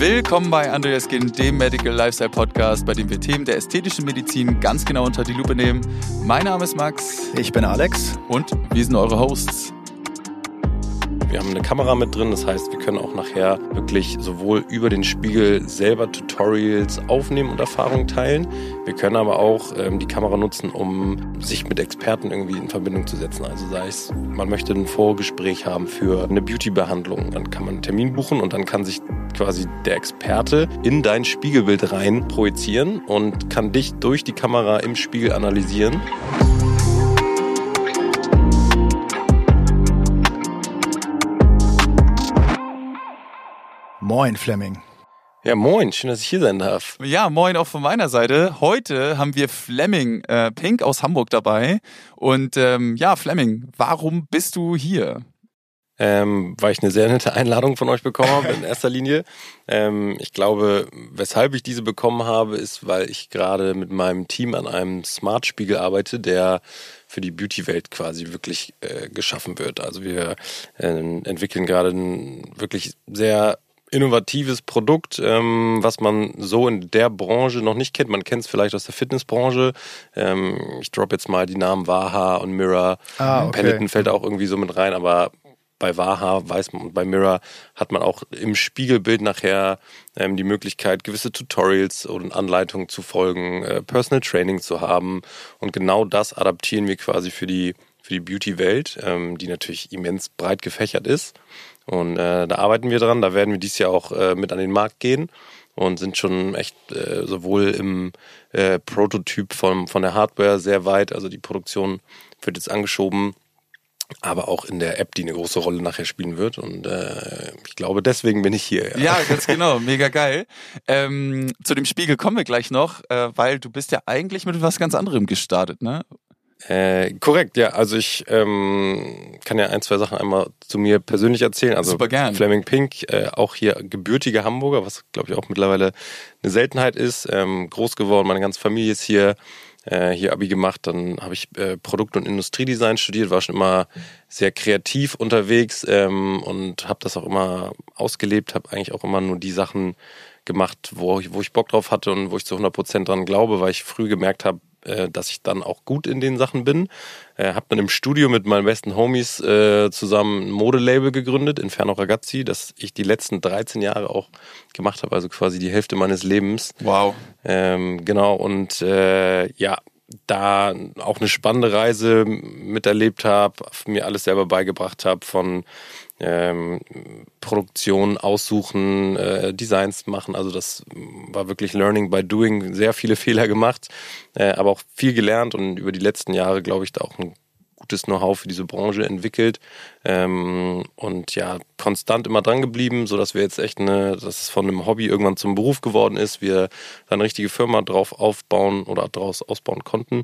Willkommen bei Andreas Skin, dem Medical Lifestyle Podcast, bei dem wir Themen der ästhetischen Medizin ganz genau unter die Lupe nehmen. Mein Name ist Max. Ich bin Alex. Und wir sind eure Hosts. Wir haben eine Kamera mit drin, das heißt, wir können auch nachher wirklich sowohl über den Spiegel selber Tutorials aufnehmen und Erfahrungen teilen. Wir können aber auch die Kamera nutzen, um sich mit Experten irgendwie in Verbindung zu setzen. Also sei es, man möchte ein Vorgespräch haben für eine Beauty-Behandlung, dann kann man einen Termin buchen und dann kann sich quasi der Experte in dein Spiegelbild rein projizieren und kann dich durch die Kamera im Spiegel analysieren. Moin, Flemming. Ja, moin, schön, dass ich hier sein darf. Ja, moin auch von meiner Seite. Heute haben wir Flemming Pink aus Hamburg dabei. Und Flemming, warum bist du hier? Weil ich eine sehr nette Einladung von euch bekommen habe in erster Linie. Ich glaube, weshalb ich diese bekommen habe, ist, weil ich gerade mit meinem Team an einem Smart-Spiegel arbeite, der für die Beauty-Welt quasi wirklich geschaffen wird. Also wir entwickeln gerade ein wirklich sehr innovatives Produkt, was man so in der Branche noch nicht kennt. Man kennt es vielleicht aus der Fitnessbranche. Ich droppe jetzt mal die Namen Waha und Mirror. Okay. Peloton fällt auch irgendwie so mit rein, aber bei Waha weiß man und bei Mirror hat man auch im Spiegelbild nachher die Möglichkeit, gewisse Tutorials und Anleitungen zu folgen, Personal Training zu haben. Und genau das adaptieren wir quasi für die Beauty-Welt, die natürlich immens breit gefächert ist. Und da arbeiten wir dran, da werden wir dieses Jahr auch mit an den Markt gehen und sind schon echt sowohl im Prototyp von der Hardware sehr weit, also die Produktion wird jetzt angeschoben, aber auch in der App, die eine große Rolle nachher spielen wird. Und ich glaube, deswegen bin ich hier. Ja, ganz genau. Mega geil. Zu dem Spiegel kommen wir gleich noch, weil du bist ja eigentlich mit was ganz anderem gestartet, ne? Korrekt, ja. Also ich kann ja ein, zwei Sachen einmal zu mir persönlich erzählen. Also super gern. Flemming Pink, auch hier gebürtiger Hamburger, was glaube ich auch mittlerweile eine Seltenheit ist. Groß geworden, meine ganze Familie ist hier Abi gemacht. Dann habe ich Produkt- und Industriedesign studiert, war schon immer sehr kreativ unterwegs und habe das auch immer ausgelebt, habe eigentlich auch immer nur die Sachen gemacht, wo ich Bock drauf hatte und wo ich zu 100% dran glaube, weil ich früh gemerkt habe, dass ich dann auch gut in den Sachen bin. Habe dann im Studio mit meinen besten Homies zusammen ein Modelabel gegründet, Inferno Ragazzi, das ich die letzten 13 Jahre auch gemacht habe, also quasi die Hälfte meines Lebens. Wow. Genau, und da auch eine spannende Reise miterlebt habe, mir alles selber beigebracht habe, von Produktion aussuchen, Designs machen, also das war wirklich Learning by Doing, sehr viele Fehler gemacht, aber auch viel gelernt und über die letzten Jahre, glaube ich, da auch ein gutes Know-how für diese Branche entwickelt und ja, konstant immer dran geblieben, sodass wir jetzt echt dass es von einem Hobby irgendwann zum Beruf geworden ist, wir da eine richtige Firma drauf aufbauen oder daraus ausbauen konnten,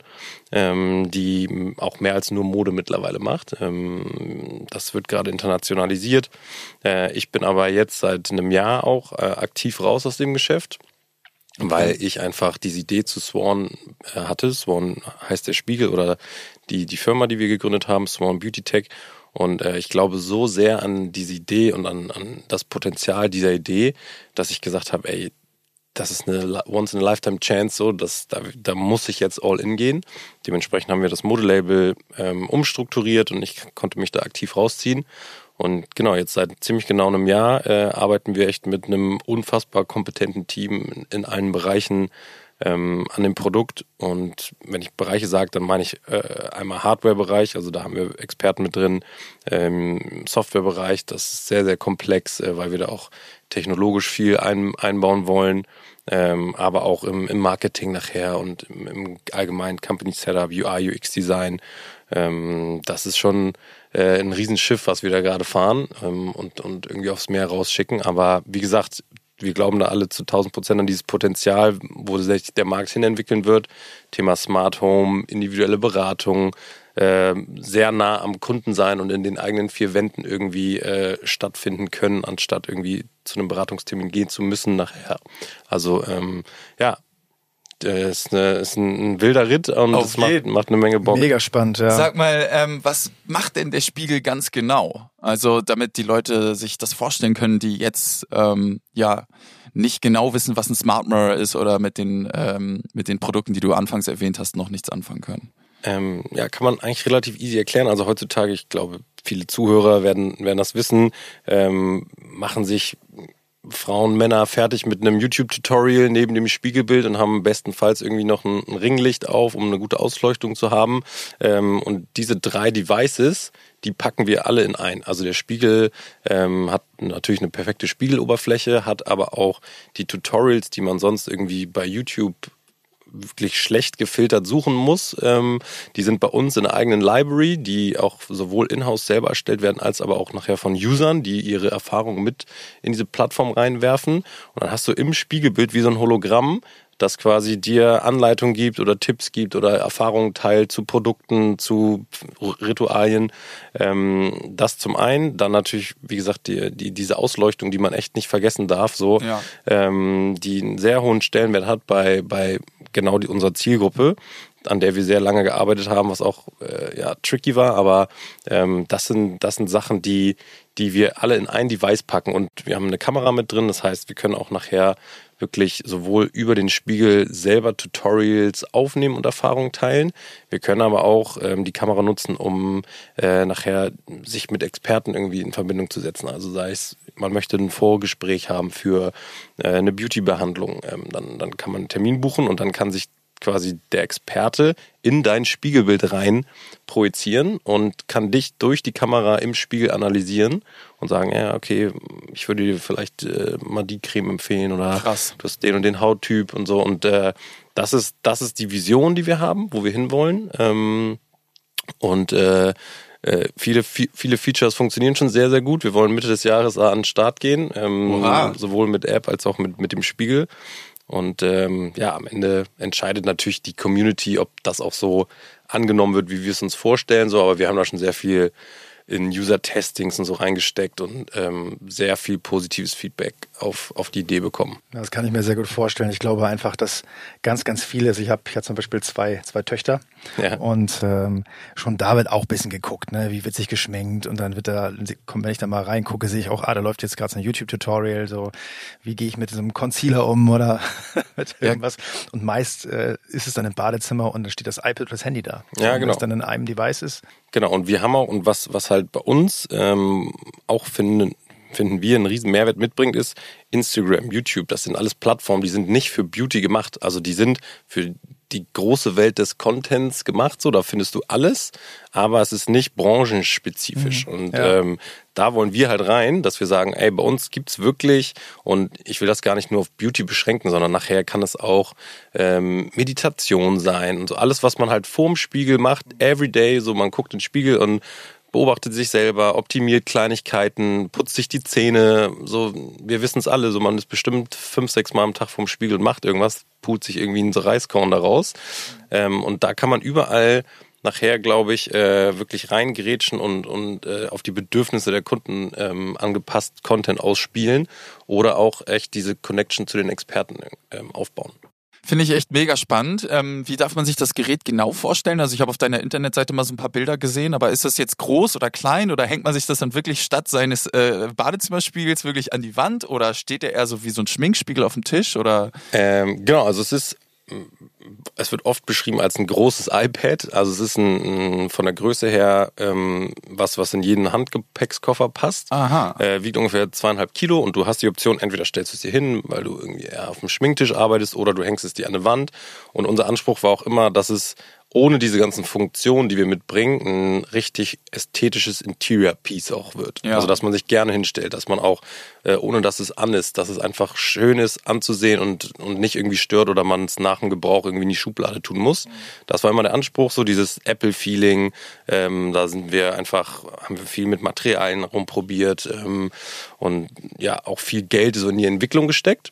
die auch mehr als nur Mode mittlerweile macht. Das wird gerade internationalisiert. Ich bin aber jetzt seit einem Jahr auch aktiv raus aus dem Geschäft. Weil ich einfach diese Idee zu Swan hatte. Swan heißt der Spiegel oder die Firma, die wir gegründet haben, Swan Beauty Tech. Und ich glaube so sehr an diese Idee und an das Potenzial dieser Idee, dass ich gesagt habe, ey, das ist eine Once-in-a-Lifetime-Chance, so, da muss ich jetzt all in gehen. Dementsprechend haben wir das Modelabel umstrukturiert und ich konnte mich da aktiv rausziehen. Und genau, jetzt seit ziemlich genau einem Jahr arbeiten wir echt mit einem unfassbar kompetenten Team in allen Bereichen an dem Produkt. Und wenn ich Bereiche sage, dann meine ich einmal Hardware-Bereich, also da haben wir Experten mit drin, Software-Bereich, das ist sehr, sehr komplex, weil wir da auch technologisch viel einbauen wollen, aber auch im Marketing nachher und im allgemeinen Company-Setup, UI, UX-Design. Das ist schon ein Riesenschiff, was wir da gerade fahren und irgendwie aufs Meer rausschicken. Aber wie gesagt, wir glauben da alle zu 1000% an dieses Potenzial, wo sich der Markt hin entwickeln wird. Thema Smart Home, individuelle Beratung, sehr nah am Kunden sein und in den eigenen vier Wänden irgendwie stattfinden können, anstatt irgendwie zu einem Beratungstermin gehen zu müssen nachher. Also ist ein wilder Ritt und es macht eine Menge Bock. Mega spannend, ja. Sag mal, was macht denn der Spiegel ganz genau? Also damit die Leute sich das vorstellen können, die jetzt nicht genau wissen, was ein Smart Mirror ist oder mit den Produkten, die du anfangs erwähnt hast, noch nichts anfangen können? Ja, kann man eigentlich relativ easy erklären. Also heutzutage, ich glaube, viele Zuhörer werden das wissen, machen sich Frauen, Männer fertig mit einem YouTube-Tutorial neben dem Spiegelbild und haben bestenfalls irgendwie noch ein Ringlicht auf, um eine gute Ausleuchtung zu haben. Und diese 3 Devices, die packen wir alle in ein. Also der Spiegel hat natürlich eine perfekte Spiegeloberfläche, hat aber auch die Tutorials, die man sonst irgendwie bei YouTube wirklich schlecht gefiltert suchen muss. Die sind bei uns in einer eigenen Library, die auch sowohl in-house selber erstellt werden, als aber auch nachher von Usern, die ihre Erfahrungen mit in diese Plattform reinwerfen. Und dann hast du im Spiegelbild wie so ein Hologramm, das quasi dir Anleitung gibt oder Tipps gibt oder Erfahrungen teilt zu Produkten, zu Ritualien. Das zum einen. Dann natürlich, wie gesagt, diese Ausleuchtung, die man echt nicht vergessen darf, so, die einen sehr hohen Stellenwert hat bei genau unserer Zielgruppe, an der wir sehr lange gearbeitet haben, was auch tricky war, aber das sind Sachen, die wir alle in ein Device packen, und wir haben eine Kamera mit drin, das heißt, wir können auch nachher wirklich sowohl über den Spiegel selber Tutorials aufnehmen und Erfahrungen teilen. Wir können aber auch die Kamera nutzen, um nachher sich mit Experten irgendwie in Verbindung zu setzen. Also sei es, man möchte ein Vorgespräch haben für eine Beauty-Behandlung, dann kann man einen Termin buchen und dann kann sich quasi der Experte in dein Spiegelbild rein projizieren und kann dich durch die Kamera im Spiegel analysieren und sagen, ja, okay, ich würde dir vielleicht mal die Creme empfehlen oder Krass. Du hast den und den Hauttyp und so. Und das ist die Vision, die wir haben, wo wir hinwollen. Viele Features funktionieren schon sehr, sehr gut. Wir wollen Mitte des Jahres an den Start gehen, sowohl mit App als auch mit dem Spiegel. Und am Ende entscheidet natürlich die Community, ob das auch so angenommen wird, wie wir es uns vorstellen. So, aber wir haben da schon sehr viel in User-Testings und so reingesteckt und sehr viel positives Feedback auf die Idee bekommen. Das kann ich mir sehr gut vorstellen. Ich glaube einfach, dass ganz, ganz viele, ich habe zum Beispiel zwei Töchter und schon da wird auch ein bisschen geguckt, ne? Wie wird sich geschminkt, und dann wenn ich da mal reingucke, sehe ich auch, da läuft jetzt gerade so ein YouTube-Tutorial, so wie gehe ich mit diesem Concealer um oder mit irgendwas. Und meist ist es dann im Badezimmer und dann steht das iPad oder das Handy da. Ja, und genau. das dann in einem Device ist. Genau, und wir haben auch, und was halt bei uns auch finden wir einen riesen Mehrwert mitbringt, ist Instagram, YouTube. Das sind alles Plattformen, die sind nicht für Beauty gemacht. Also die sind für die große Welt des Contents gemacht. So, da findest du alles, aber es ist nicht branchenspezifisch. Und da wollen wir halt rein, dass wir sagen, ey, bei uns gibt's wirklich, und ich will das gar nicht nur auf Beauty beschränken, sondern nachher kann es auch Meditation sein und so alles, was man halt vorm Spiegel macht, everyday, so man guckt in den Spiegel und beobachtet sich selber, optimiert Kleinigkeiten, putzt sich die Zähne, so, wir wissen es alle, so man ist bestimmt 5-6 Mal am Tag vorm Spiegel und macht irgendwas, pult sich irgendwie einen Reiskorn da raus. Und da kann man überall nachher, glaube ich, wirklich reingrätschen und auf die Bedürfnisse der Kunden angepasst Content ausspielen oder auch echt diese Connection zu den Experten aufbauen. Finde ich echt mega spannend. Wie darf man sich das Gerät genau vorstellen? Also ich habe auf deiner Internetseite mal so ein paar Bilder gesehen, aber ist das jetzt groß oder klein oder hängt man sich das dann wirklich statt seines Badezimmerspiegels wirklich an die Wand oder steht der eher so wie so ein Schminkspiegel auf dem Tisch? Oder? Genau, also es wird oft beschrieben als ein großes iPad. Also es ist von der Größe her was in jeden Handgepäckskoffer passt. Aha. Wiegt ungefähr 2,5 Kilo und du hast die Option, entweder stellst du es dir hin, weil du irgendwie eher auf dem Schminktisch arbeitest, oder du hängst es dir an eine Wand. Und unser Anspruch war auch immer, dass es ohne diese ganzen Funktionen, die wir mitbringen, ein richtig ästhetisches Interior-Piece auch wird. Ja. Also dass man sich gerne hinstellt, dass man auch, ohne dass es an ist, dass es einfach schön ist anzusehen und nicht irgendwie stört oder man es nach dem Gebrauch irgendwie in die Schublade tun muss. Das war immer der Anspruch, so dieses Apple-Feeling. Da haben wir viel mit Materialien rumprobiert und ja, auch viel Geld so in die Entwicklung gesteckt.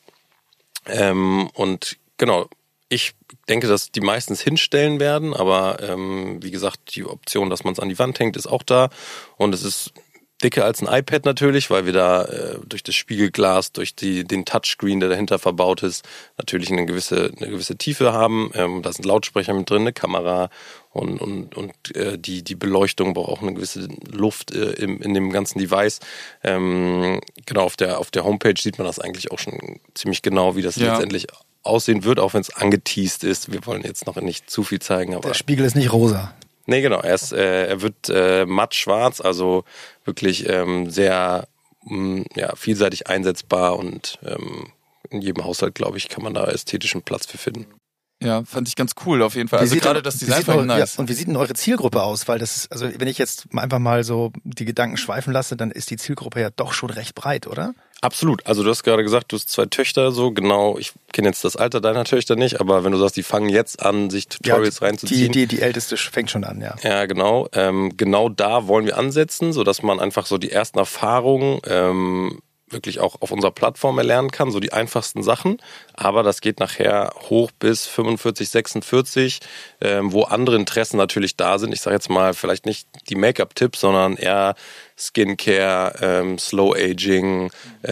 Und genau, ich denke, dass die meistens hinstellen werden, aber wie gesagt, die Option, dass man es an die Wand hängt, ist auch da. Und es ist dicker als ein iPad natürlich, weil wir da durch das Spiegelglas, durch den Touchscreen, der dahinter verbaut ist, natürlich eine gewisse Tiefe haben. Da sind Lautsprecher mit drin, eine Kamera die Beleuchtung braucht auch eine gewisse Luft in dem ganzen Device. Genau, auf der Homepage sieht man das eigentlich auch schon ziemlich genau, wie das letztendlich aussehen wird, auch wenn es angeteased ist. Wir wollen jetzt noch nicht zu viel zeigen. Aber der Spiegel ist nicht rosa. Nee, genau. Er wird matt schwarz, also wirklich sehr vielseitig einsetzbar und in jedem Haushalt, glaube ich, kann man da ästhetischen Platz für finden. Ja, fand ich ganz cool auf jeden Fall. Also gerade das Design fand ich nice. Ja, und wie sieht denn eure Zielgruppe aus? Weil das ist, also wenn ich jetzt einfach mal so die Gedanken schweifen lasse, dann ist die Zielgruppe ja doch schon recht breit, oder? Absolut. Also du hast gerade gesagt, du hast 2 Töchter, so genau. Ich kenne jetzt das Alter deiner Töchter nicht, aber wenn du sagst, die fangen jetzt an, sich Tutorials reinzuziehen. Die älteste fängt schon an, ja. Ja, genau. Genau da wollen wir ansetzen, sodass man einfach so die ersten Erfahrungen wirklich auch auf unserer Plattform erlernen kann, so die einfachsten Sachen. Aber das geht nachher hoch bis 45, 46, wo andere Interessen natürlich da sind. Ich sage jetzt mal vielleicht nicht die Make-up-Tipps, sondern eher Skincare, Slow Aging,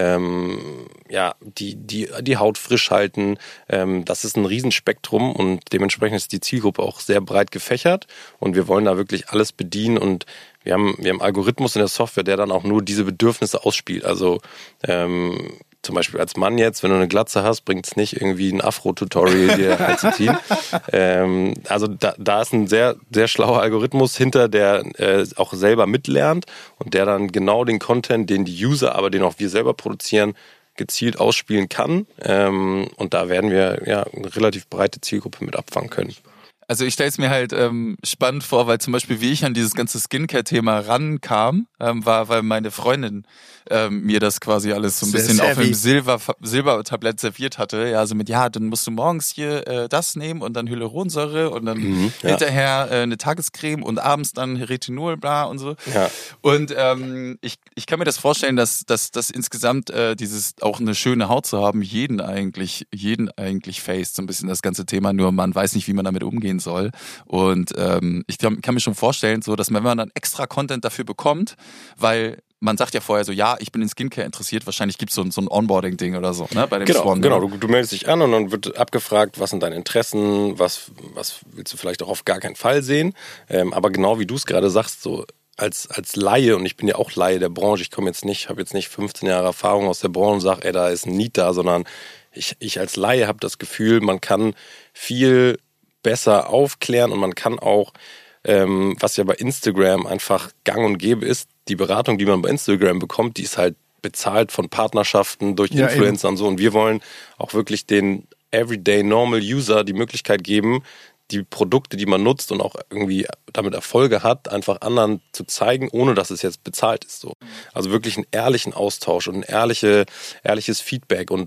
die Haut frisch halten. Das ist ein Riesenspektrum und dementsprechend ist die Zielgruppe auch sehr breit gefächert und wir wollen da wirklich alles bedienen und wir haben einen Algorithmus in der Software, der dann auch nur diese Bedürfnisse ausspielt. Also zum Beispiel als Mann jetzt, wenn du eine Glatze hast, bringt es nicht irgendwie ein Afro-Tutorial dir einzuziehen. Also da ist ein sehr, sehr schlauer Algorithmus hinter, der auch selber mitlernt und der dann genau den Content, den die User, aber den auch wir selber produzieren, gezielt ausspielen kann. Und da werden wir eine relativ breite Zielgruppe mit abfangen können. Also ich stelle es mir halt spannend vor, weil zum Beispiel, wie ich an dieses ganze Skincare-Thema rankam, war, weil meine Freundin mir das quasi alles so ein bisschen auf einem Silbertablett serviert hatte. Ja, also mit, dann musst du morgens hier das nehmen und dann Hyaluronsäure und dann hinterher eine Tagescreme und abends dann Retinol, bla und so. Ja. Und ich kann mir das vorstellen, dass insgesamt dieses auch eine schöne Haut zu haben, jeden eigentlich faced, so ein bisschen das ganze Thema, nur man weiß nicht, wie man damit umgehen soll. Und ich kann mir schon vorstellen, so dass wenn man dann extra Content dafür bekommt, weil man sagt ja vorher so, ja, ich bin in Skincare interessiert, wahrscheinlich gibt es so ein Onboarding-Ding oder so, ne, bei dem Swan. Genau, du meldest dich an und dann wird abgefragt, was sind deine Interessen, was willst du vielleicht auch auf gar keinen Fall sehen. Aber genau wie du es gerade sagst, so als Laie, und ich bin ja auch Laie der Branche, habe jetzt nicht 15 Jahre Erfahrung aus der Branche und sage, da ist ein Need da, sondern ich als Laie habe das Gefühl, man kann viel besser aufklären und man kann auch, was ja bei Instagram einfach gang und gäbe ist, die Beratung, die man bei Instagram bekommt, die ist halt bezahlt von Partnerschaften durch Influencer und so. Und wir wollen auch wirklich den Everyday Normal User die Möglichkeit geben, die Produkte, die man nutzt und auch irgendwie damit Erfolge hat, einfach anderen zu zeigen, ohne dass es jetzt bezahlt ist. So. Also wirklich einen ehrlichen Austausch und ein ehrliches Feedback und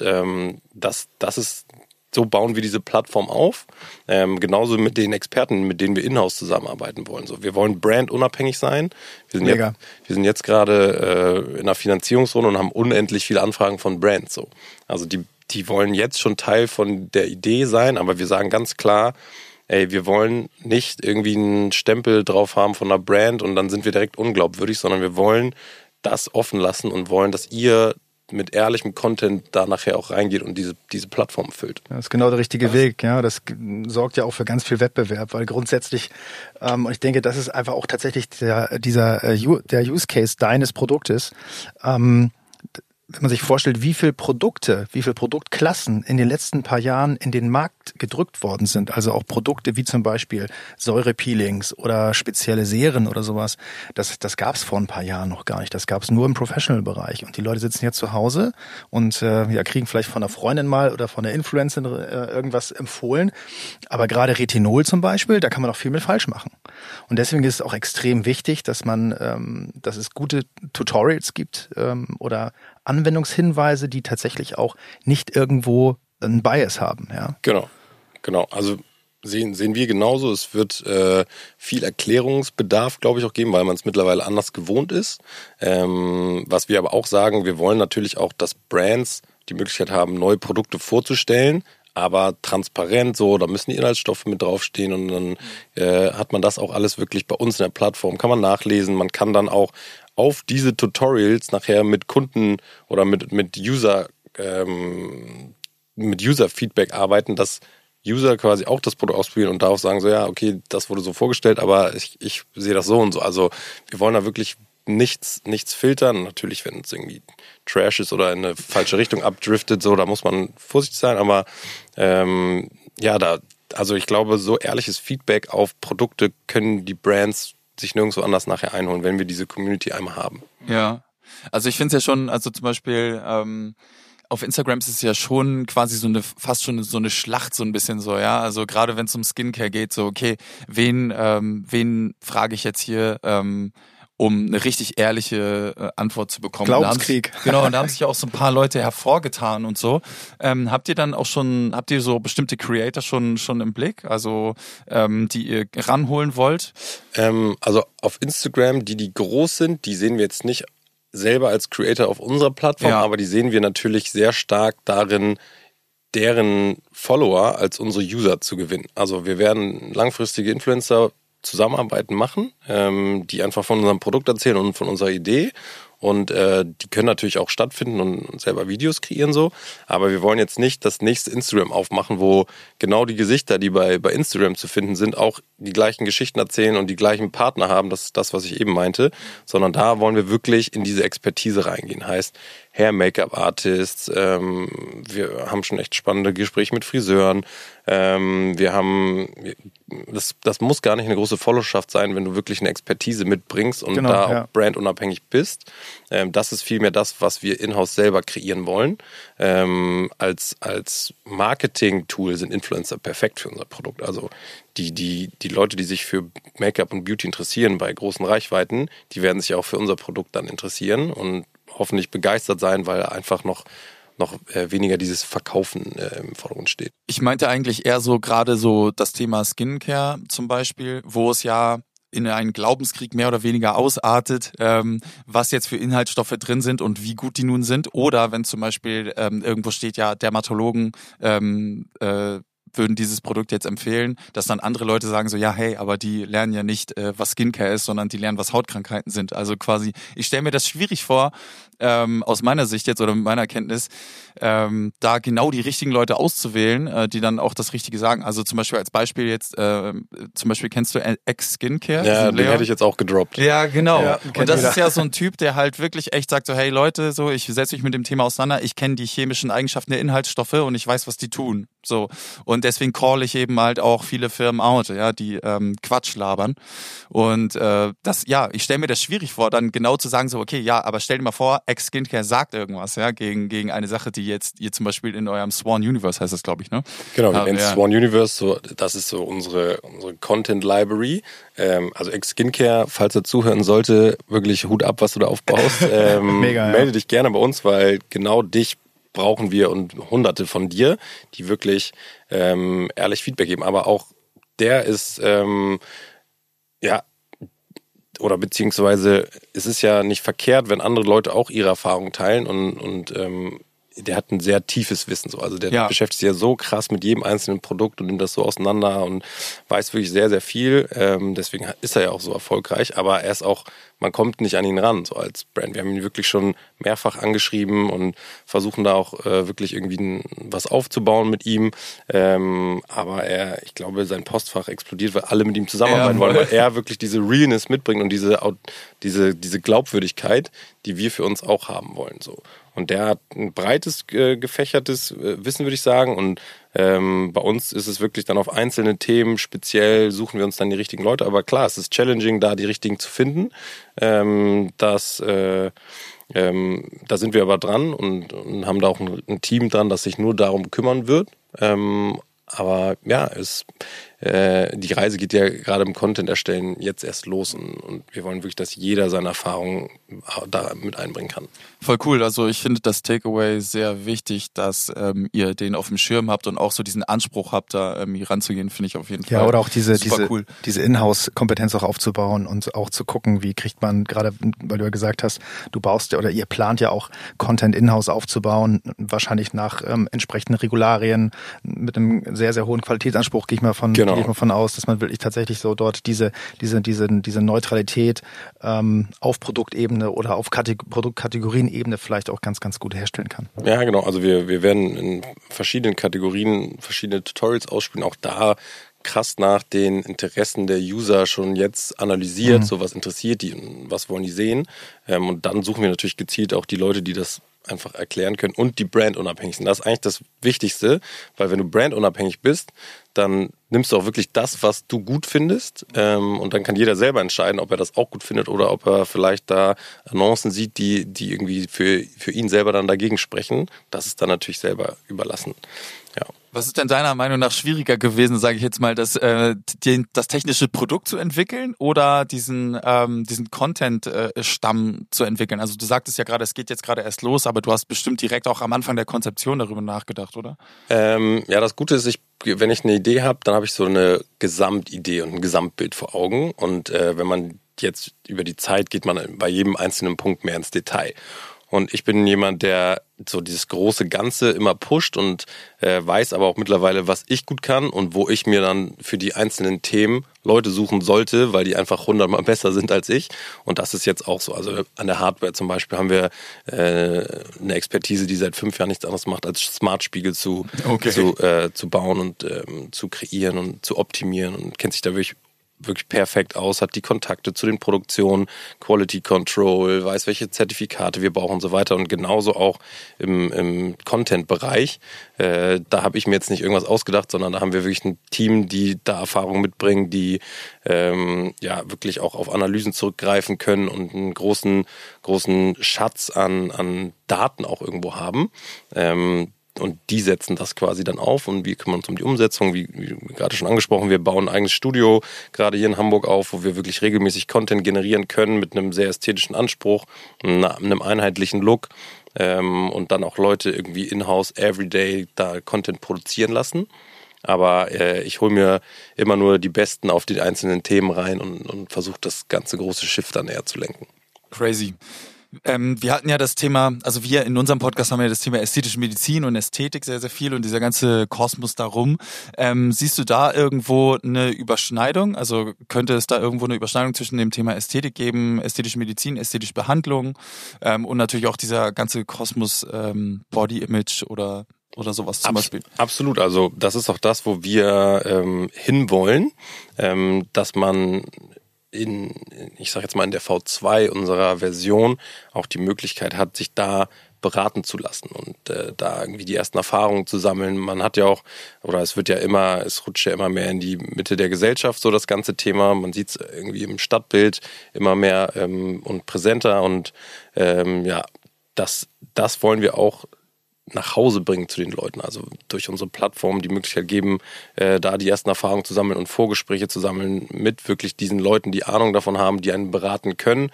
das ist, so bauen wir diese Plattform auf. Genauso mit den Experten, mit denen wir in-house zusammenarbeiten wollen. So, wir wollen brandunabhängig sein. Wir sind jetzt gerade in einer Finanzierungsrunde und haben unendlich viele Anfragen von Brands. So. Also die wollen jetzt schon Teil von der Idee sein, aber wir sagen ganz klar, wir wollen nicht irgendwie einen Stempel drauf haben von einer Brand und dann sind wir direkt unglaubwürdig, sondern wir wollen das offen lassen und wollen, dass ihr mit ehrlichem Content da nachher auch reingeht und diese Plattform füllt. Das ist genau der richtige Weg. Ja, das sorgt ja auch für ganz viel Wettbewerb, weil grundsätzlich, und ich denke, das ist einfach auch tatsächlich der Use Case deines Produktes. Wenn man sich vorstellt, wie viele Produktklassen in den letzten paar Jahren in den Markt gedrückt worden sind, also auch Produkte wie zum Beispiel Säurepeelings oder spezielle Serien oder sowas, das gab es vor ein paar Jahren noch gar nicht. Das gab es nur im Professional-Bereich. Und die Leute sitzen jetzt zu Hause und kriegen vielleicht von einer Freundin mal oder von einer Influencerin irgendwas empfohlen. Aber gerade Retinol zum Beispiel, da kann man auch viel mit falsch machen. Und deswegen ist es auch extrem wichtig, dass es gute Tutorials gibt oder Anwendungshinweise, die tatsächlich auch nicht irgendwo einen Bias haben. Ja? Genau. Also sehen wir genauso. Es wird viel Erklärungsbedarf, glaube ich, auch geben, weil man es mittlerweile anders gewohnt ist. Was wir aber auch sagen, wir wollen natürlich auch, dass Brands die Möglichkeit haben, neue Produkte vorzustellen, aber transparent so, da müssen die Inhaltsstoffe mit draufstehen und dann hat man das auch alles wirklich bei uns in der Plattform, kann man nachlesen, man kann dann auch auf diese Tutorials nachher mit Kunden oder mit User Feedback arbeiten, dass User quasi auch das Produkt ausprobieren und darauf sagen so, ja, okay, das wurde so vorgestellt, aber ich sehe das so und so. Also wir wollen da wirklich nichts filtern. Natürlich, wenn es irgendwie Trash ist oder in eine falsche Richtung abdriftet, so, da muss man vorsichtig sein, aber also ich glaube, so ehrliches Feedback auf Produkte können die Brands sich nirgendwo anders nachher einholen, wenn wir diese Community einmal haben. Ja, also ich finde es ja schon, also zum Beispiel auf Instagram ist es ja schon quasi fast schon so eine Schlacht so ein bisschen so, ja, also gerade wenn es um Skincare geht, so okay, wen frage ich jetzt hier, um eine richtig ehrliche Antwort zu bekommen. Glaubenskrieg. Genau, und da haben sich ja auch so ein paar Leute hervorgetan und so. Habt ihr so bestimmte Creator schon im Blick, also die ihr ranholen wollt? Also auf Instagram, die groß sind, die sehen wir jetzt nicht selber als Creator auf unserer Plattform, aber die sehen wir natürlich sehr stark darin, deren Follower als unsere User zu gewinnen. Also wir werden langfristige Influencer Zusammenarbeiten machen, die einfach von unserem Produkt erzählen und von unserer Idee. Und die können natürlich auch stattfinden und selber Videos kreieren so. Aber wir wollen jetzt nicht das nächste Instagram aufmachen, wo genau die Gesichter, die bei Instagram zu finden sind, auch die gleichen Geschichten erzählen und die gleichen Partner haben. Das ist das, was ich eben meinte. Sondern da wollen wir wirklich in diese Expertise reingehen. Heißt, Hair-Make-up-Artists, wir haben schon echt spannende Gespräche mit Friseuren. Das muss gar nicht eine große Followerschaft sein, wenn du wirklich eine Expertise mitbringst und auch brandunabhängig bist. Das ist vielmehr das, was wir in-house selber kreieren wollen. Als Marketing-Tool sind Influencer perfekt für unser Produkt. Also die Leute, die sich für Make-up und Beauty interessieren bei großen Reichweiten, die werden sich auch für unser Produkt dann interessieren und hoffentlich begeistert sein, weil einfach noch weniger dieses Verkaufen im Vordergrund steht. Ich meinte eigentlich eher so gerade so das Thema Skincare zum Beispiel, wo es ja in einen Glaubenskrieg mehr oder weniger ausartet, was jetzt für Inhaltsstoffe drin sind und wie gut die nun sind. Oder wenn zum Beispiel irgendwo steht, ja, Dermatologen würden dieses Produkt jetzt empfehlen, dass dann andere Leute sagen so, ja, hey, aber die lernen ja nicht, was Skincare ist, sondern die lernen, was Hautkrankheiten sind. Also quasi, ich stelle mir das schwierig vor, aus meiner Sicht jetzt oder mit meiner Kenntnis, da genau die richtigen Leute auszuwählen, die dann auch das Richtige sagen. Also zum Beispiel als Beispiel jetzt, zum Beispiel kennst du X-Skincare? Ja, den hätte ich jetzt auch gedroppt. Ja, genau. Ja, und das ist ja so ein Typ, der halt wirklich echt sagt so, hey Leute, so, ich setze mich mit dem Thema auseinander, ich kenne die chemischen Eigenschaften der Inhaltsstoffe und ich weiß, was die tun. So. Und deswegen call ich eben halt auch viele Firmen out, ja, die Quatsch labern. Und ich stelle mir das schwierig vor, dann genau zu sagen so, okay, ja, aber stell dir mal vor, X-Skincare sagt irgendwas, ja, gegen eine Sache, die jetzt ihr zum Beispiel in eurem Swan Universe heißt das, glaube ich, ne? Genau, wir nennen Swan Universe, so, das ist so unsere Content Library. Also X-Skincare, falls er zuhören sollte, wirklich Hut ab, was du da aufbaust. Mega, melde dich gerne bei uns, weil genau dich brauchen wir und Hunderte von dir, die wirklich ehrlich Feedback geben. Aber auch der ist, oder beziehungsweise es ist ja nicht verkehrt, wenn andere Leute auch ihre Erfahrungen teilen und der hat ein sehr tiefes Wissen. So. Also der beschäftigt sich ja so krass mit jedem einzelnen Produkt und nimmt das so auseinander und weiß wirklich sehr, sehr viel. Deswegen ist er ja auch so erfolgreich. Aber er ist auch, man kommt nicht an ihn ran, so als Brand. Wir haben ihn wirklich schon mehrfach angeschrieben und versuchen da auch wirklich irgendwie was aufzubauen mit ihm. Aber ich glaube, sein Postfach explodiert, weil alle mit ihm zusammenarbeiten wollen, weil er wirklich diese Realness mitbringt und diese Glaubwürdigkeit, die wir für uns auch haben wollen. So. Und der hat ein breites, gefächertes Wissen, würde ich sagen. Und bei uns ist es wirklich dann auf einzelne Themen speziell, suchen wir uns dann die richtigen Leute. Aber klar, es ist challenging, da die richtigen zu finden. Da sind wir aber dran und haben da auch ein Team dran, das sich nur darum kümmern wird. Aber ja, die Reise geht ja gerade im Content erstellen jetzt erst los und wir wollen wirklich, dass jeder seine Erfahrungen da mit einbringen kann. Voll cool. Also ich finde das Takeaway sehr wichtig, dass ihr den auf dem Schirm habt und auch so diesen Anspruch habt, da hier ranzugehen, finde ich auf jeden Fall. Ja, oder auch diese cool. Inhouse-Kompetenz auch aufzubauen und auch zu gucken, wie kriegt man, gerade weil du ja gesagt hast, du baust ja oder ihr plant ja auch Content Inhouse aufzubauen, wahrscheinlich nach entsprechenden Regularien mit einem sehr, sehr hohen Qualitätsanspruch, gehe ich mal von aus, dass man wirklich tatsächlich so dort diese Neutralität auf Produktebene Produktebene oder auf Produktkategorienebene vielleicht auch ganz, ganz gut herstellen kann. Ja, genau. Also wir werden in verschiedenen Kategorien verschiedene Tutorials ausspielen. Auch da krass nach den Interessen der User schon jetzt analysiert, so was interessiert die und was wollen die sehen. Und dann suchen wir natürlich gezielt auch die Leute, die das einfach erklären können und die brandunabhängig sind. Das ist eigentlich das Wichtigste, weil wenn du brandunabhängig bist, dann nimmst du auch wirklich das, was du gut findest, und dann kann jeder selber entscheiden, ob er das auch gut findet oder ob er vielleicht da Annoncen sieht, die irgendwie für ihn selber dann dagegen sprechen. Das ist dann natürlich selber überlassen. Ja. Was ist denn deiner Meinung nach schwieriger gewesen, sage ich jetzt mal, das technische Produkt zu entwickeln oder diesen Content-Stamm zu entwickeln? Also du sagtest ja gerade, es geht jetzt gerade erst los, aber du hast bestimmt direkt auch am Anfang der Konzeption darüber nachgedacht, oder? Ja, das Gute ist, wenn ich eine Idee habe, dann habe ich so eine Gesamtidee und ein Gesamtbild vor Augen. Und wenn man jetzt über die Zeit geht, man bei jedem einzelnen Punkt mehr ins Detail. Und ich bin jemand, der so dieses große Ganze immer pusht und weiß aber auch mittlerweile, was ich gut kann und wo ich mir dann für die einzelnen Themen Leute suchen sollte, weil die einfach 100-mal besser sind als ich. Und das ist jetzt auch so. Also an der Hardware zum Beispiel haben wir eine Expertise, die seit 5 Jahren nichts anderes macht, als Smart-Spiegel zu bauen und zu kreieren und zu optimieren und kennt sich da wirklich perfekt aus, hat die Kontakte zu den Produktionen, Quality Control, weiß, welche Zertifikate wir brauchen und so weiter. Und genauso auch im Content-Bereich. Da habe ich mir jetzt nicht irgendwas ausgedacht, sondern da haben wir wirklich ein Team, die da Erfahrung mitbringen, die wirklich auch auf Analysen zurückgreifen können und einen großen Schatz an Daten auch irgendwo haben. Und die setzen das quasi dann auf und wir kümmern uns um die Umsetzung. Wie gerade schon angesprochen, wir bauen ein eigenes Studio gerade hier in Hamburg auf, wo wir wirklich regelmäßig Content generieren können mit einem sehr ästhetischen Anspruch, einem einheitlichen Look, und dann auch Leute irgendwie in-house everyday da Content produzieren lassen. Aber ich hole mir immer nur die Besten auf die einzelnen Themen rein und versuche das ganze große Schiff dann eher zu lenken. Crazy. Wir hatten ja das Thema, also wir in unserem Podcast haben ja das Thema ästhetische Medizin und Ästhetik sehr, sehr viel und dieser ganze Kosmos darum. Siehst du da irgendwo eine Überschneidung? Also könnte es da irgendwo eine Überschneidung zwischen dem Thema Ästhetik geben, ästhetische Medizin, ästhetische Behandlung, und natürlich auch dieser ganze Kosmos Body Image oder sowas zum Beispiel? Absolut, also das ist auch das, wo wir hinwollen, dass man ich sage jetzt mal in der V2 unserer Version auch die Möglichkeit hat, sich da beraten zu lassen und da irgendwie die ersten Erfahrungen zu sammeln. Man hat ja auch, oder es rutscht ja immer mehr in die Mitte der Gesellschaft, so das ganze Thema. Man sieht es irgendwie im Stadtbild immer mehr und präsenter und das wollen wir auch nach Hause bringen zu den Leuten, also durch unsere Plattform die Möglichkeit geben, da die ersten Erfahrungen zu sammeln und Vorgespräche zu sammeln mit wirklich diesen Leuten, die Ahnung davon haben, die einen beraten können,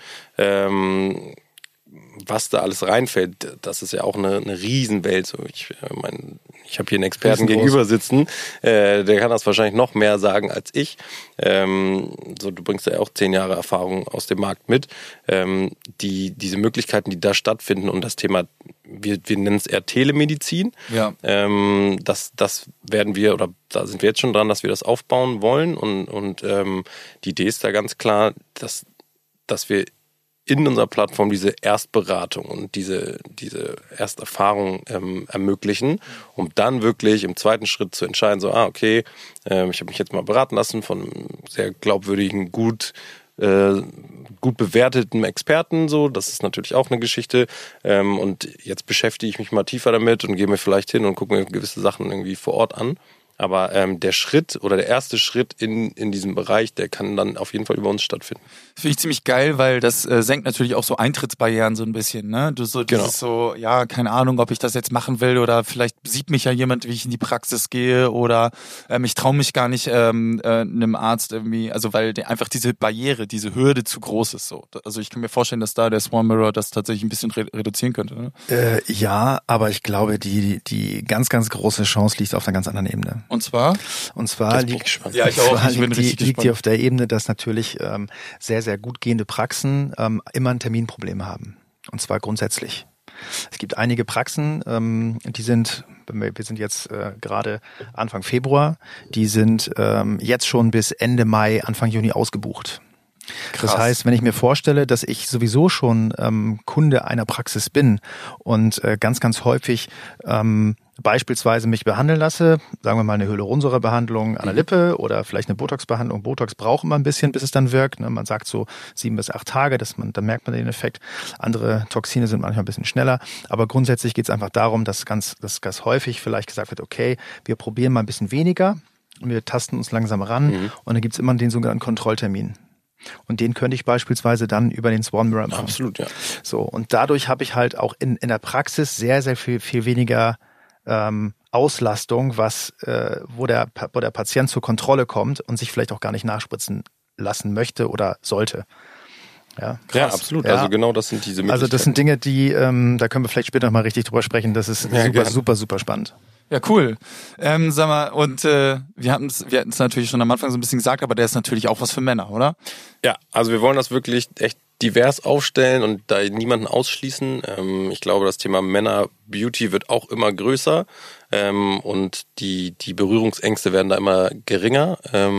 was da alles reinfällt. Das ist ja auch eine Riesenwelt. So, ich habe hier einen Experten gegenüber sitzen, der kann das wahrscheinlich noch mehr sagen als ich. Du bringst ja auch 10 Jahre Erfahrung aus dem Markt mit. Diese Möglichkeiten, die da stattfinden und das Thema, wir nennen es eher Telemedizin. Ja. Das werden wir, oder da sind wir jetzt schon dran, dass wir das aufbauen wollen. Und die Idee ist da ganz klar, dass wir in unserer Plattform diese Erstberatung und diese Ersterfahrung ermöglichen, um dann wirklich im zweiten Schritt zu entscheiden, ich habe mich jetzt mal beraten lassen von einem sehr glaubwürdigen, gut bewerteten Experten, das ist natürlich auch eine Geschichte, und jetzt beschäftige ich mich mal tiefer damit und gehe mir vielleicht hin und gucke mir gewisse Sachen irgendwie vor Ort an. Aber der Schritt oder der erste Schritt in diesem Bereich, der kann dann auf jeden Fall über uns stattfinden. Finde ich ziemlich geil, weil das senkt natürlich auch so Eintrittsbarrieren so ein bisschen, ne? Keine Ahnung, ob ich das jetzt machen will oder vielleicht sieht mich ja jemand, wie ich in die Praxis gehe oder ich traue mich gar nicht einem Arzt irgendwie, also weil einfach diese Barriere, diese Hürde zu groß ist so. Also ich kann mir vorstellen, dass da der Swarm Mirror das tatsächlich ein bisschen reduzieren könnte, ne? Ja, aber ich glaube, die ganz, ganz große Chance liegt auf einer ganz anderen Ebene. Und zwar liegt die auf der Ebene, dass natürlich sehr, sehr gut gehende Praxen immer ein Terminproblem haben. Und zwar grundsätzlich. Es gibt einige Praxen, wir sind jetzt gerade Anfang Februar, die sind jetzt schon bis Ende Mai, Anfang Juni ausgebucht. Krass. Das heißt, wenn ich mir vorstelle, dass ich sowieso schon Kunde einer Praxis bin und ganz, ganz häufig beispielsweise mich behandeln lasse, sagen wir mal eine Hyaluronsäurebehandlung an der Lippe oder vielleicht eine Botox-Behandlung. Botox braucht immer ein bisschen, bis es dann wirkt. Man sagt so 7 bis 8 Tage, dann merkt man den Effekt. Andere Toxine sind manchmal ein bisschen schneller. Aber grundsätzlich geht es einfach darum, dass ganz häufig vielleicht gesagt wird, okay, wir probieren mal ein bisschen weniger und wir tasten uns langsam ran. Und dann gibt es immer den sogenannten Kontrolltermin. Und den könnte ich beispielsweise dann über den Swan Mirror machen. Absolut, ja. So, und dadurch habe ich halt auch in der Praxis sehr, sehr viel weniger Auslastung, wo der Patient zur Kontrolle kommt und sich vielleicht auch gar nicht nachspritzen lassen möchte oder sollte. Ja, ja, absolut. Ja. Also genau das sind diese Möglichkeiten. Also das sind Dinge, die, da können wir vielleicht später noch mal richtig drüber sprechen. Das ist super spannend. Ja, cool. Sag mal, und wir hatten es natürlich schon am Anfang so ein bisschen gesagt, aber der ist natürlich auch was für Männer, oder? Ja, also wir wollen das wirklich echt divers aufstellen und da niemanden ausschließen. Ich glaube, das Thema Männer-Beauty wird auch immer größer und die Berührungsängste werden da immer geringer.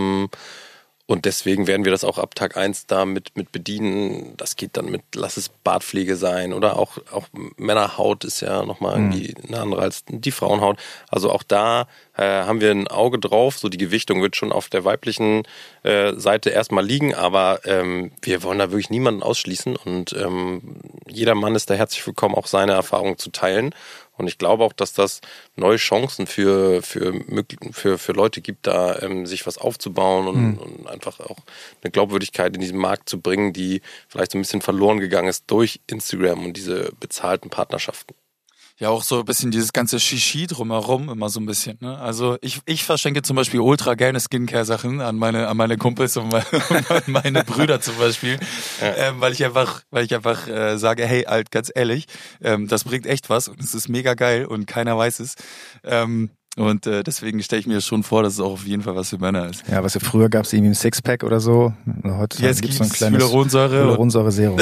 Und deswegen werden wir das auch ab Tag 1 da mit bedienen. Das geht dann mit, lass es Bartpflege sein oder auch Männerhaut ist ja nochmal irgendwie eine andere als die Frauenhaut. Also auch da haben wir ein Auge drauf. So die Gewichtung wird schon auf der weiblichen Seite erstmal liegen, aber wir wollen da wirklich niemanden ausschließen und jeder Mann ist da herzlich willkommen, auch seine Erfahrungen zu teilen. Und ich glaube auch, dass das neue Chancen für Leute gibt, da sich was aufzubauen und einfach auch eine Glaubwürdigkeit in diesen Markt zu bringen, die vielleicht so ein bisschen verloren gegangen ist durch Instagram und diese bezahlten Partnerschaften. Ja, auch so ein bisschen dieses ganze Shishi drumherum immer so ein bisschen, ne? Also ich verschenke zum Beispiel ultra gerne Skincare-Sachen an meine Kumpels und meine Brüder zum Beispiel, weil ich einfach sage, hey, Alt, ganz ehrlich, das bringt echt was und es ist mega geil und keiner weiß es. Und deswegen stelle ich mir schon vor, dass es auch auf jeden Fall was für Männer ist. Ja, früher gab es irgendwie ein Sixpack oder so. Heute gibt es so ein kleines Hyaluronsäure-Serum.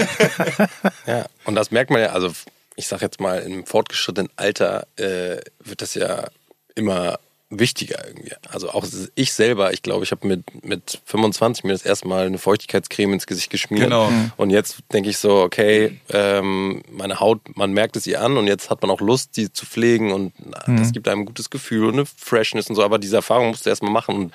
Ja, und das merkt man ja, also ich sag jetzt mal, im fortgeschrittenen Alter wird das ja immer wichtiger irgendwie. Also auch ich selber, ich glaube, ich habe mit 25 mir das erste Mal eine Feuchtigkeitscreme ins Gesicht geschmiert. Genau. Und jetzt denke ich so, okay, meine Haut, man merkt es ihr an und jetzt hat man auch Lust, die zu pflegen und das gibt einem ein gutes Gefühl und eine Freshness und so. Aber diese Erfahrung musst du erstmal machen. Und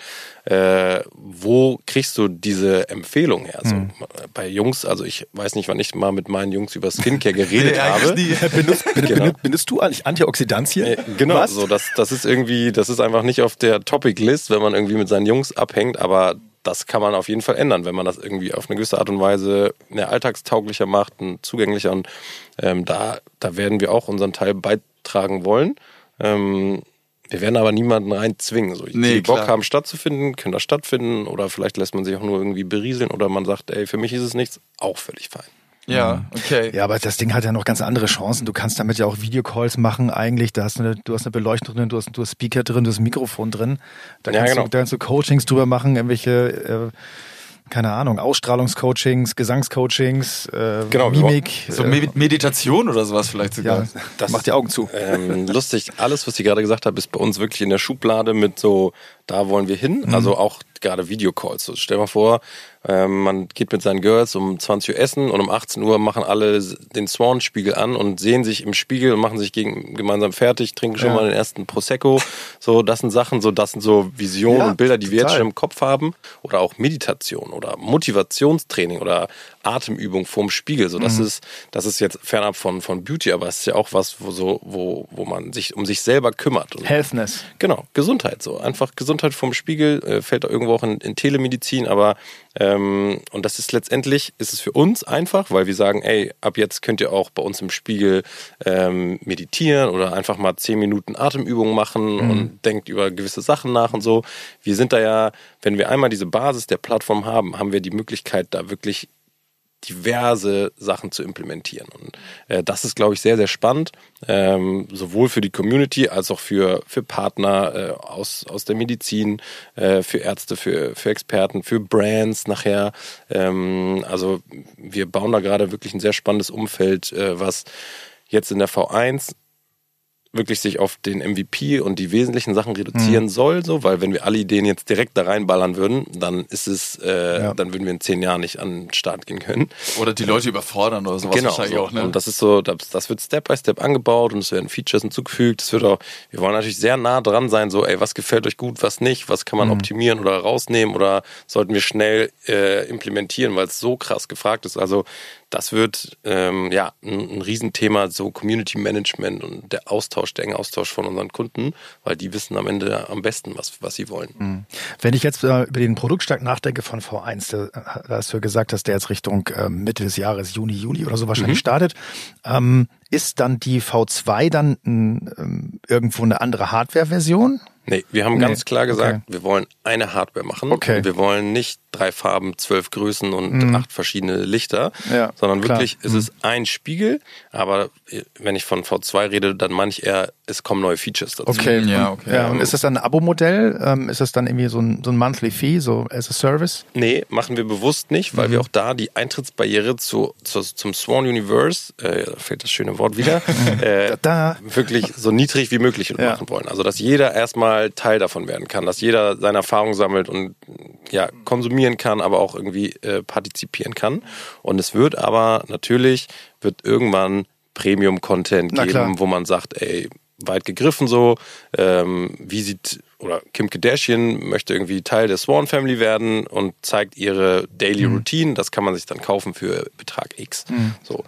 wo kriegst du diese Empfehlung her? Also bei Jungs, also ich weiß nicht, wann ich mal mit meinen Jungs über Skincare geredet habe. Benutzt du eigentlich Antioxidantien? Genau, was? So, das ist irgendwie, das ist einfach nicht auf der Topic-List, wenn man irgendwie mit seinen Jungs abhängt, aber das kann man auf jeden Fall ändern, wenn man das irgendwie auf eine gewisse Art und Weise alltagstauglicher macht und zugänglicher und da werden wir auch unseren Teil beitragen wollen. Wir werden aber niemanden reinzwingen. So, die Bock haben stattzufinden, können das stattfinden oder vielleicht lässt man sich auch nur irgendwie berieseln oder man sagt, ey, für mich ist es nichts, auch völlig fein. Ja, okay. Ja, aber das Ding hat ja noch ganz andere Chancen. Du kannst damit ja auch Videocalls machen eigentlich. Du hast eine Beleuchtung drin, du hast Speaker drin, du hast ein Mikrofon drin. Da kannst du Coachings drüber machen, irgendwelche keine Ahnung, Ausstrahlungscoachings, Gesangscoachings, Mimik. So Meditation oder sowas vielleicht sogar. Ja, das macht die Augen zu. Lustig, alles, was ich gerade gesagt habe, ist bei uns wirklich in der Schublade mit so, da wollen wir hin. Also auch gerade Videocalls. So, stell mal vor, man geht mit seinen Girls um 20 Uhr essen und um 18 Uhr machen alle den Swan-Spiegel an und sehen sich im Spiegel und machen sich gemeinsam fertig, trinken schon mal den ersten Prosecco. So, das sind Sachen, das sind so Visionen und Bilder, die wir jetzt schon im Kopf haben. Oder auch Meditation oder Motivationstraining oder Atemübung vorm Spiegel. So, das ist jetzt fernab von Beauty, aber es ist ja auch was, wo man sich um sich selber kümmert. Und Healthness. Genau, Gesundheit. So, einfach Gesundheit vorm Spiegel, fällt da irgendwo auch in Telemedizin, aber und das ist letztendlich, ist es für uns einfach, weil wir sagen, ey, ab jetzt könnt ihr auch bei uns im Spiegel meditieren oder einfach mal 10 Minuten Atemübungen machen und denkt über gewisse Sachen nach und so. Wir sind da ja, wenn wir einmal diese Basis der Plattform haben, haben wir die Möglichkeit, da wirklich diverse Sachen zu implementieren. Und das ist, glaube ich, sehr, sehr spannend, sowohl für die Community als auch für Partner aus der Medizin, für Ärzte, für Experten, für Brands nachher. Also wir bauen da gerade wirklich ein sehr spannendes Umfeld, was jetzt in der V1 wirklich sich auf den MVP und die wesentlichen Sachen reduzieren soll, so, weil wenn wir alle Ideen jetzt direkt da reinballern würden, dann ist es, dann würden wir in 10 Jahren nicht an den Start gehen können. Oder die Leute überfordern oder sowas wahrscheinlich auch, ne? Und das ist so, das wird Step by Step angebaut und es werden Features hinzugefügt. Es wird auch, wir wollen natürlich sehr nah dran sein, so, ey, was gefällt euch gut, was nicht, was kann man optimieren oder rausnehmen oder sollten wir schnell implementieren, weil es so krass gefragt ist. Also das wird ein Riesenthema, so Community Management und der enge Austausch von unseren Kunden, weil die wissen am Ende am besten, was sie wollen. Wenn ich jetzt über den Produktstart nachdenke von V1, da hast du gesagt, dass der jetzt Richtung Mitte des Jahres, Juni, Juli oder so wahrscheinlich startet, ist dann die V2 dann irgendwo eine andere Hardware-Version? Nee, wir haben ganz klar gesagt, wir wollen eine Hardware machen. Okay. Wir wollen nicht 3 Farben, 12 Größen und 8 verschiedene Lichter, sondern wirklich, es ist ein Spiegel, aber wenn ich von V2 rede, dann meine ich eher, es kommen neue Features dazu. Okay, Ja, und ist das dann ein Abo-Modell? Ist das dann irgendwie so ein Monthly Fee, so as a Service? Nee, machen wir bewusst nicht, weil wir auch da die Eintrittsbarriere zum Swan Universe, da fehlt das schöne Wort wieder, wirklich so niedrig wie möglich machen wollen. Also, dass jeder erstmal Teil davon werden kann, dass jeder seine Erfahrungen sammelt und konsumieren kann, aber auch irgendwie partizipieren kann. Und es wird aber natürlich, irgendwann Premium-Content geben, wo man sagt, ey, weit gegriffen so, Kim Kardashian möchte irgendwie Teil der Swan Family werden und zeigt ihre Daily Routine, das kann man sich dann kaufen für Betrag X. So.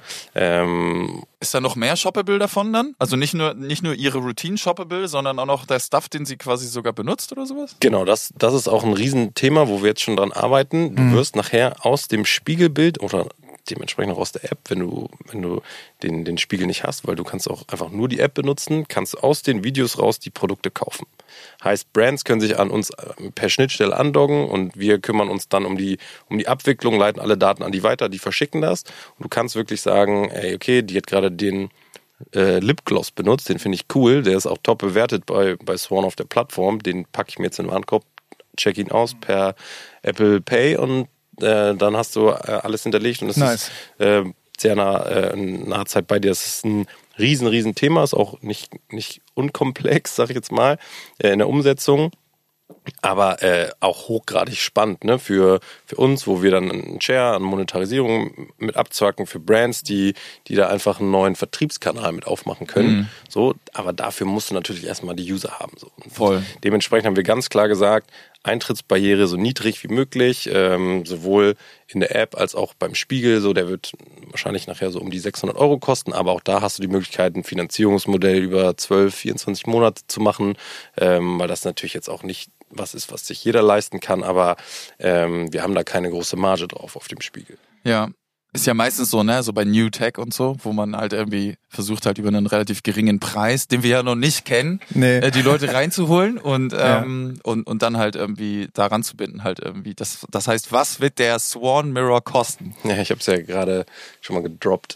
Ist da noch mehr shoppable davon dann? Also nicht nur ihre Routine shoppable, sondern auch noch der Stuff, den sie quasi sogar benutzt oder sowas? Genau, das ist auch ein Riesenthema, wo wir jetzt schon dran arbeiten. Du wirst nachher aus dem Spiegelbild oder dementsprechend auch aus der App, wenn du den Spiegel nicht hast, weil du kannst auch einfach nur die App benutzen, kannst aus den Videos raus die Produkte kaufen. Heißt, Brands können sich an uns per Schnittstelle andocken und wir kümmern uns dann um die Abwicklung, leiten alle Daten an die weiter, die verschicken das. Und du kannst wirklich sagen, ey, okay, die hat gerade den Lipgloss benutzt, den finde ich cool, der ist auch top bewertet bei Swan auf der Plattform, den packe ich mir jetzt in den Warenkorb, check ihn aus per Apple Pay und dann hast du alles hinterlegt und es ist sehr nah Zeit bei dir. Das ist ein riesen Thema, ist auch nicht unkomplex, sag ich jetzt mal, in der Umsetzung, aber auch hochgradig spannend, ne? Für uns, wo wir dann einen Share an Monetarisierung mit abzwacken, für Brands, die da einfach einen neuen Vertriebskanal mit aufmachen können. So, aber dafür musst du natürlich erstmal die User haben. So. Voll. Dementsprechend haben wir ganz klar gesagt, Eintrittsbarriere so niedrig wie möglich, sowohl in der App als auch beim Spiegel. So, der wird wahrscheinlich nachher so um die 600 € kosten, aber auch da hast du die Möglichkeit, ein Finanzierungsmodell über 12, 24 Monate zu machen, weil das natürlich jetzt auch nicht was ist, was sich jeder leisten kann, aber wir haben da keine große Marge drauf auf dem Spiegel. Ja. Ist ja meistens so, ne, so bei New Tech und so, wo man halt irgendwie versucht halt über einen relativ geringen Preis, den wir ja noch nicht kennen, die Leute reinzuholen und dann halt irgendwie da ranzubinden halt irgendwie. Das heißt, was wird der Swan Mirror kosten? Ja, ich habe es ja gerade schon mal gedroppt.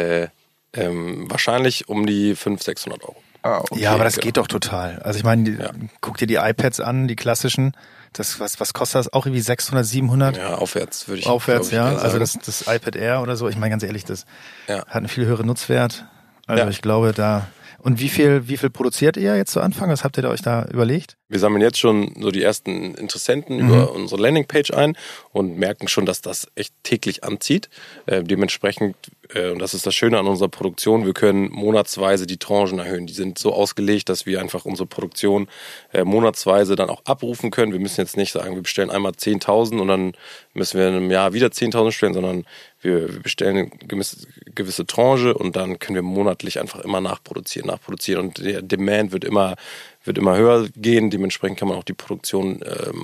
Wahrscheinlich um die 500-600 €. Ah, okay, ja, aber das geht doch total. Also ich meine, guck dir die iPads an, die klassischen. Was kostet das? Auch irgendwie 600, 700? Ja, aufwärts würde ich Aufwärts, ja. Also das iPad Air oder so. Ich meine ganz ehrlich, das hat einen viel höheren Nutzwert. Also ich glaube da. Und wie viel produziert ihr jetzt zu Anfang? Was habt ihr euch da überlegt? Wir sammeln jetzt schon so die ersten Interessenten über unsere Landingpage ein und merken schon, dass das echt täglich anzieht. Dementsprechend, und das ist das Schöne an unserer Produktion, wir können monatsweise die Tranchen erhöhen. Die sind so ausgelegt, dass wir einfach unsere Produktion monatsweise dann auch abrufen können. Wir müssen jetzt nicht sagen, wir bestellen einmal 10.000 und dann müssen wir in einem Jahr wieder 10.000 bestellen, sondern wir bestellen eine gewisse Tranche und dann können wir monatlich einfach immer nachproduzieren und der Demand wird immer höher gehen. Dementsprechend kann man auch die Produktion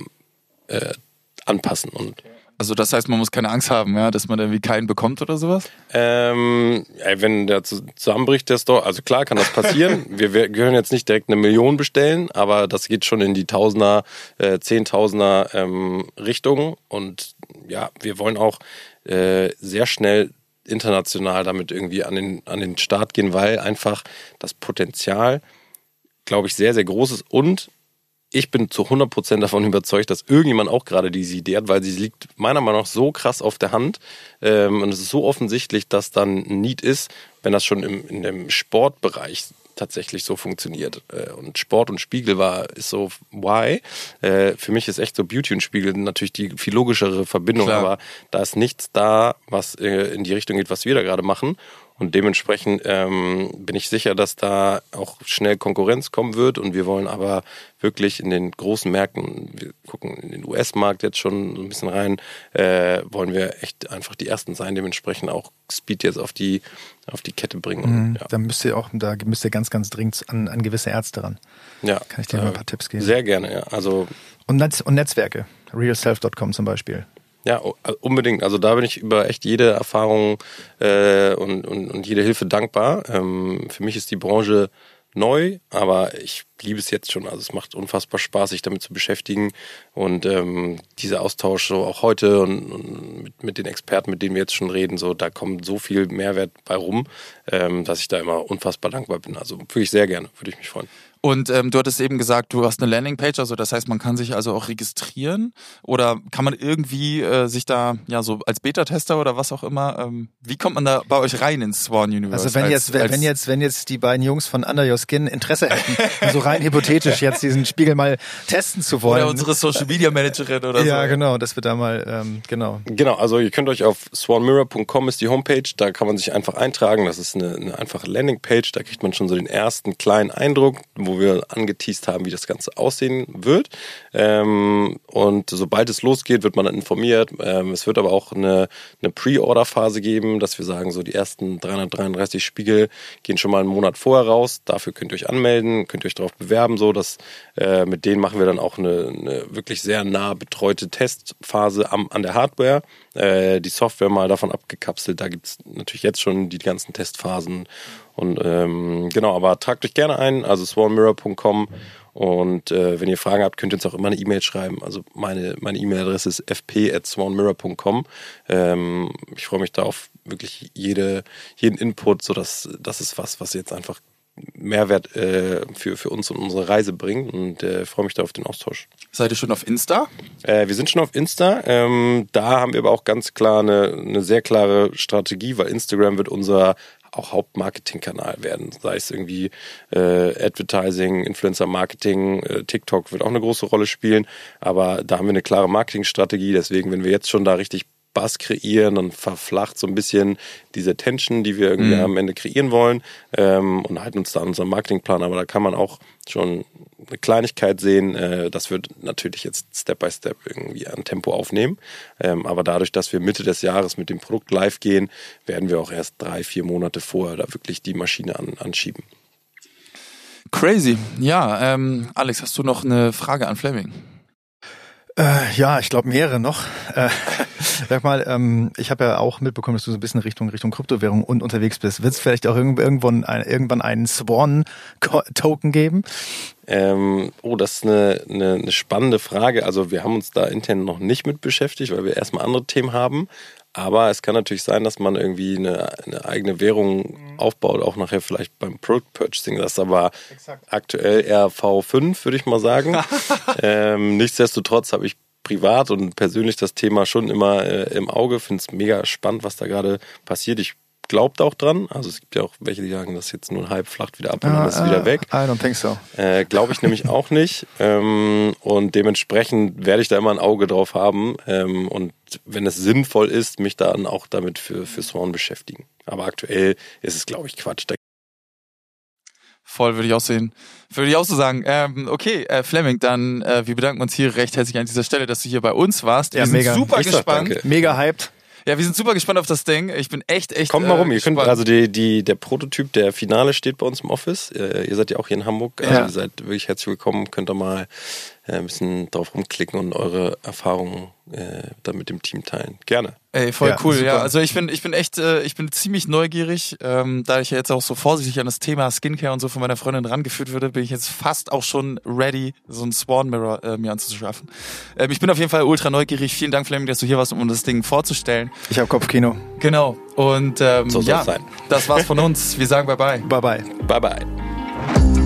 anpassen. Und also das heißt, man muss keine Angst haben, ja, dass man irgendwie keinen bekommt oder sowas? Wenn der zusammenbricht, der Store, also klar kann das passieren. wir können jetzt nicht direkt 1 Million bestellen, aber das geht schon in die Tausender, Zehntausender Richtung. Und ja, wir wollen auch sehr schnell international damit irgendwie an den Start gehen, weil einfach das Potenzial, glaube ich, sehr, sehr groß ist und ich bin zu 100% davon überzeugt, dass irgendjemand auch gerade diese Idee hat, weil sie liegt meiner Meinung nach so krass auf der Hand und es ist so offensichtlich, dass dann ein Need ist, wenn das schon in dem Sportbereich tatsächlich so funktioniert. Und Sport und Spiegel ist so why. Für mich ist echt so Beauty und Spiegel natürlich die viel logischere Verbindung, Klar. aber da ist nichts da, was in die Richtung geht, was wir da gerade machen. Und dementsprechend bin ich sicher, dass da auch schnell Konkurrenz kommen wird. Und wir wollen aber wirklich in den großen Märkten, wir gucken in den US-Markt jetzt schon so ein bisschen rein, wollen wir echt einfach die Ersten sein. Dementsprechend auch Speed jetzt auf die Kette bringen. Ja. Da müsst ihr ganz, ganz dringend an gewisse Ärzte ran. Ja. Kann ich dir mal ein paar Tipps geben? Sehr gerne, ja. Also und Netzwerke. realself.com zum Beispiel. Ja, unbedingt. Also da bin ich über echt jede Erfahrung und jede Hilfe dankbar. Für mich ist die Branche neu, aber ich liebe es jetzt schon. Also es macht unfassbar Spaß, sich damit zu beschäftigen. Und dieser Austausch so auch heute und mit den Experten, mit denen wir jetzt schon reden, so da kommt so viel Mehrwert bei rum, dass ich da immer unfassbar dankbar bin. Also wirklich sehr gerne, würde ich mich freuen. Und du hattest eben gesagt, du hast eine Landingpage, also das heißt, man kann sich also auch registrieren oder kann man irgendwie sich da ja so als Beta-Tester oder was auch immer, wie kommt man da bei euch rein ins Sworn Universe? Also wenn jetzt die beiden Jungs von Under Your Skin Interesse hätten, so rein hypothetisch jetzt diesen Spiegel mal testen zu wollen. Oder unsere Social Media Managerin oder so. Ja, genau, dass wir da mal, genau. Genau, also ihr könnt euch auf swanmirror.com ist die Homepage, da kann man sich einfach eintragen, das ist eine einfache Landingpage, da kriegt man schon so den ersten kleinen Eindruck, wo wir angeteast haben, wie das Ganze aussehen wird. Und sobald es losgeht, wird man dann informiert. Es wird aber auch eine Pre-Order-Phase geben, dass wir sagen, so die ersten 333 Spiegel gehen schon mal einen Monat vorher raus. Dafür könnt ihr euch anmelden, könnt ihr euch darauf bewerben, so dass mit denen machen wir dann auch eine wirklich sehr nah betreute Testphase an der Hardware. Die Software mal davon abgekapselt. Da gibt es natürlich jetzt schon die ganzen Testphasen. Und genau, aber tragt euch gerne ein, also swanmirror.com und wenn ihr Fragen habt, könnt ihr uns auch immer eine E-Mail schreiben. Also meine E-Mail-Adresse ist fp@swanmirror.com. Ich freue mich da auf wirklich jeden Input, so dass das ist was jetzt einfach Mehrwert für uns und unsere Reise bringt und freue mich da auf den Austausch. Seid ihr schon auf Insta? Wir sind schon auf Insta. Da haben wir aber auch ganz klar eine sehr klare Strategie, weil Instagram wird unser auch Hauptmarketingkanal werden, sei es irgendwie Advertising, Influencer-Marketing, TikTok wird auch eine große Rolle spielen, aber da haben wir eine klare Marketingstrategie, deswegen, wenn wir jetzt schon da richtig Buzz kreieren, dann verflacht so ein bisschen diese Tension, die wir irgendwie am Ende kreieren wollen und halten uns da an unserem Marketingplan, aber da kann man auch schon eine Kleinigkeit sehen, das wird natürlich jetzt Step by Step irgendwie an Tempo aufnehmen, aber dadurch, dass wir Mitte des Jahres mit dem Produkt live gehen, werden wir auch erst 3-4 Monate vorher da wirklich die Maschine anschieben. Crazy. Ja, Alex, hast du noch eine Frage an Fleming? Ja, ich glaube mehrere noch. Sag mal, ich habe ja auch mitbekommen, dass du so ein bisschen Richtung Kryptowährung unterwegs bist. Wird es vielleicht auch irgendwann einen Swan-Token geben? Das ist eine spannende Frage. Also wir haben uns da intern noch nicht mit beschäftigt, weil wir erstmal andere Themen haben. Aber es kann natürlich sein, dass man irgendwie eine eigene Währung aufbaut, auch nachher vielleicht beim Product Purchasing. Das ist aber aktuell eher V5, würde ich mal sagen. Nichtsdestotrotz habe ich privat und persönlich das Thema schon immer im Auge. Finde es mega spannend, was da gerade passiert. Ich glaubt auch dran. Also es gibt ja auch welche, die sagen, das ist jetzt nur ein Hype, flacht wieder ab und dann ist es wieder weg. I don't think so. Glaube ich nämlich auch nicht. Und dementsprechend werde ich da immer ein Auge drauf haben. Und wenn es sinnvoll ist, mich dann auch damit für Swan beschäftigen. Aber aktuell ist es, glaube ich, Quatsch. Voll, würde ich auch sehen. Würde ich auch so sagen. Okay, Fleming, dann wir bedanken uns hier recht herzlich an dieser Stelle, dass du hier bei uns warst. Wir sind super gespannt. Mega hyped. Ja, wir sind super gespannt auf das Ding. Ich bin echt Kommt mal rum. Ihr könnt, also der Prototyp, der Finale steht bei uns im Office. Ihr seid ja auch hier in Hamburg. Also ihr seid wirklich herzlich willkommen. Könnt ihr mal ein bisschen drauf rumklicken und eure Erfahrungen dann mit dem Team teilen. Gerne. Ey, voll cool. Super. Ja, also ich bin echt, ich bin ziemlich neugierig. Da ich ja jetzt auch so vorsichtig an das Thema Skincare und so von meiner Freundin rangeführt wurde, bin ich jetzt fast auch schon ready, so einen Swan Mirror mir anzuschaffen. Ich bin auf jeden Fall ultra neugierig. Vielen Dank, Fleming, dass du hier warst, um das Ding vorzustellen. Ich habe Kopfkino. Genau. Und so soll es sein. Das war's von uns. Wir sagen Bye-bye. Bye-bye. Bye-bye.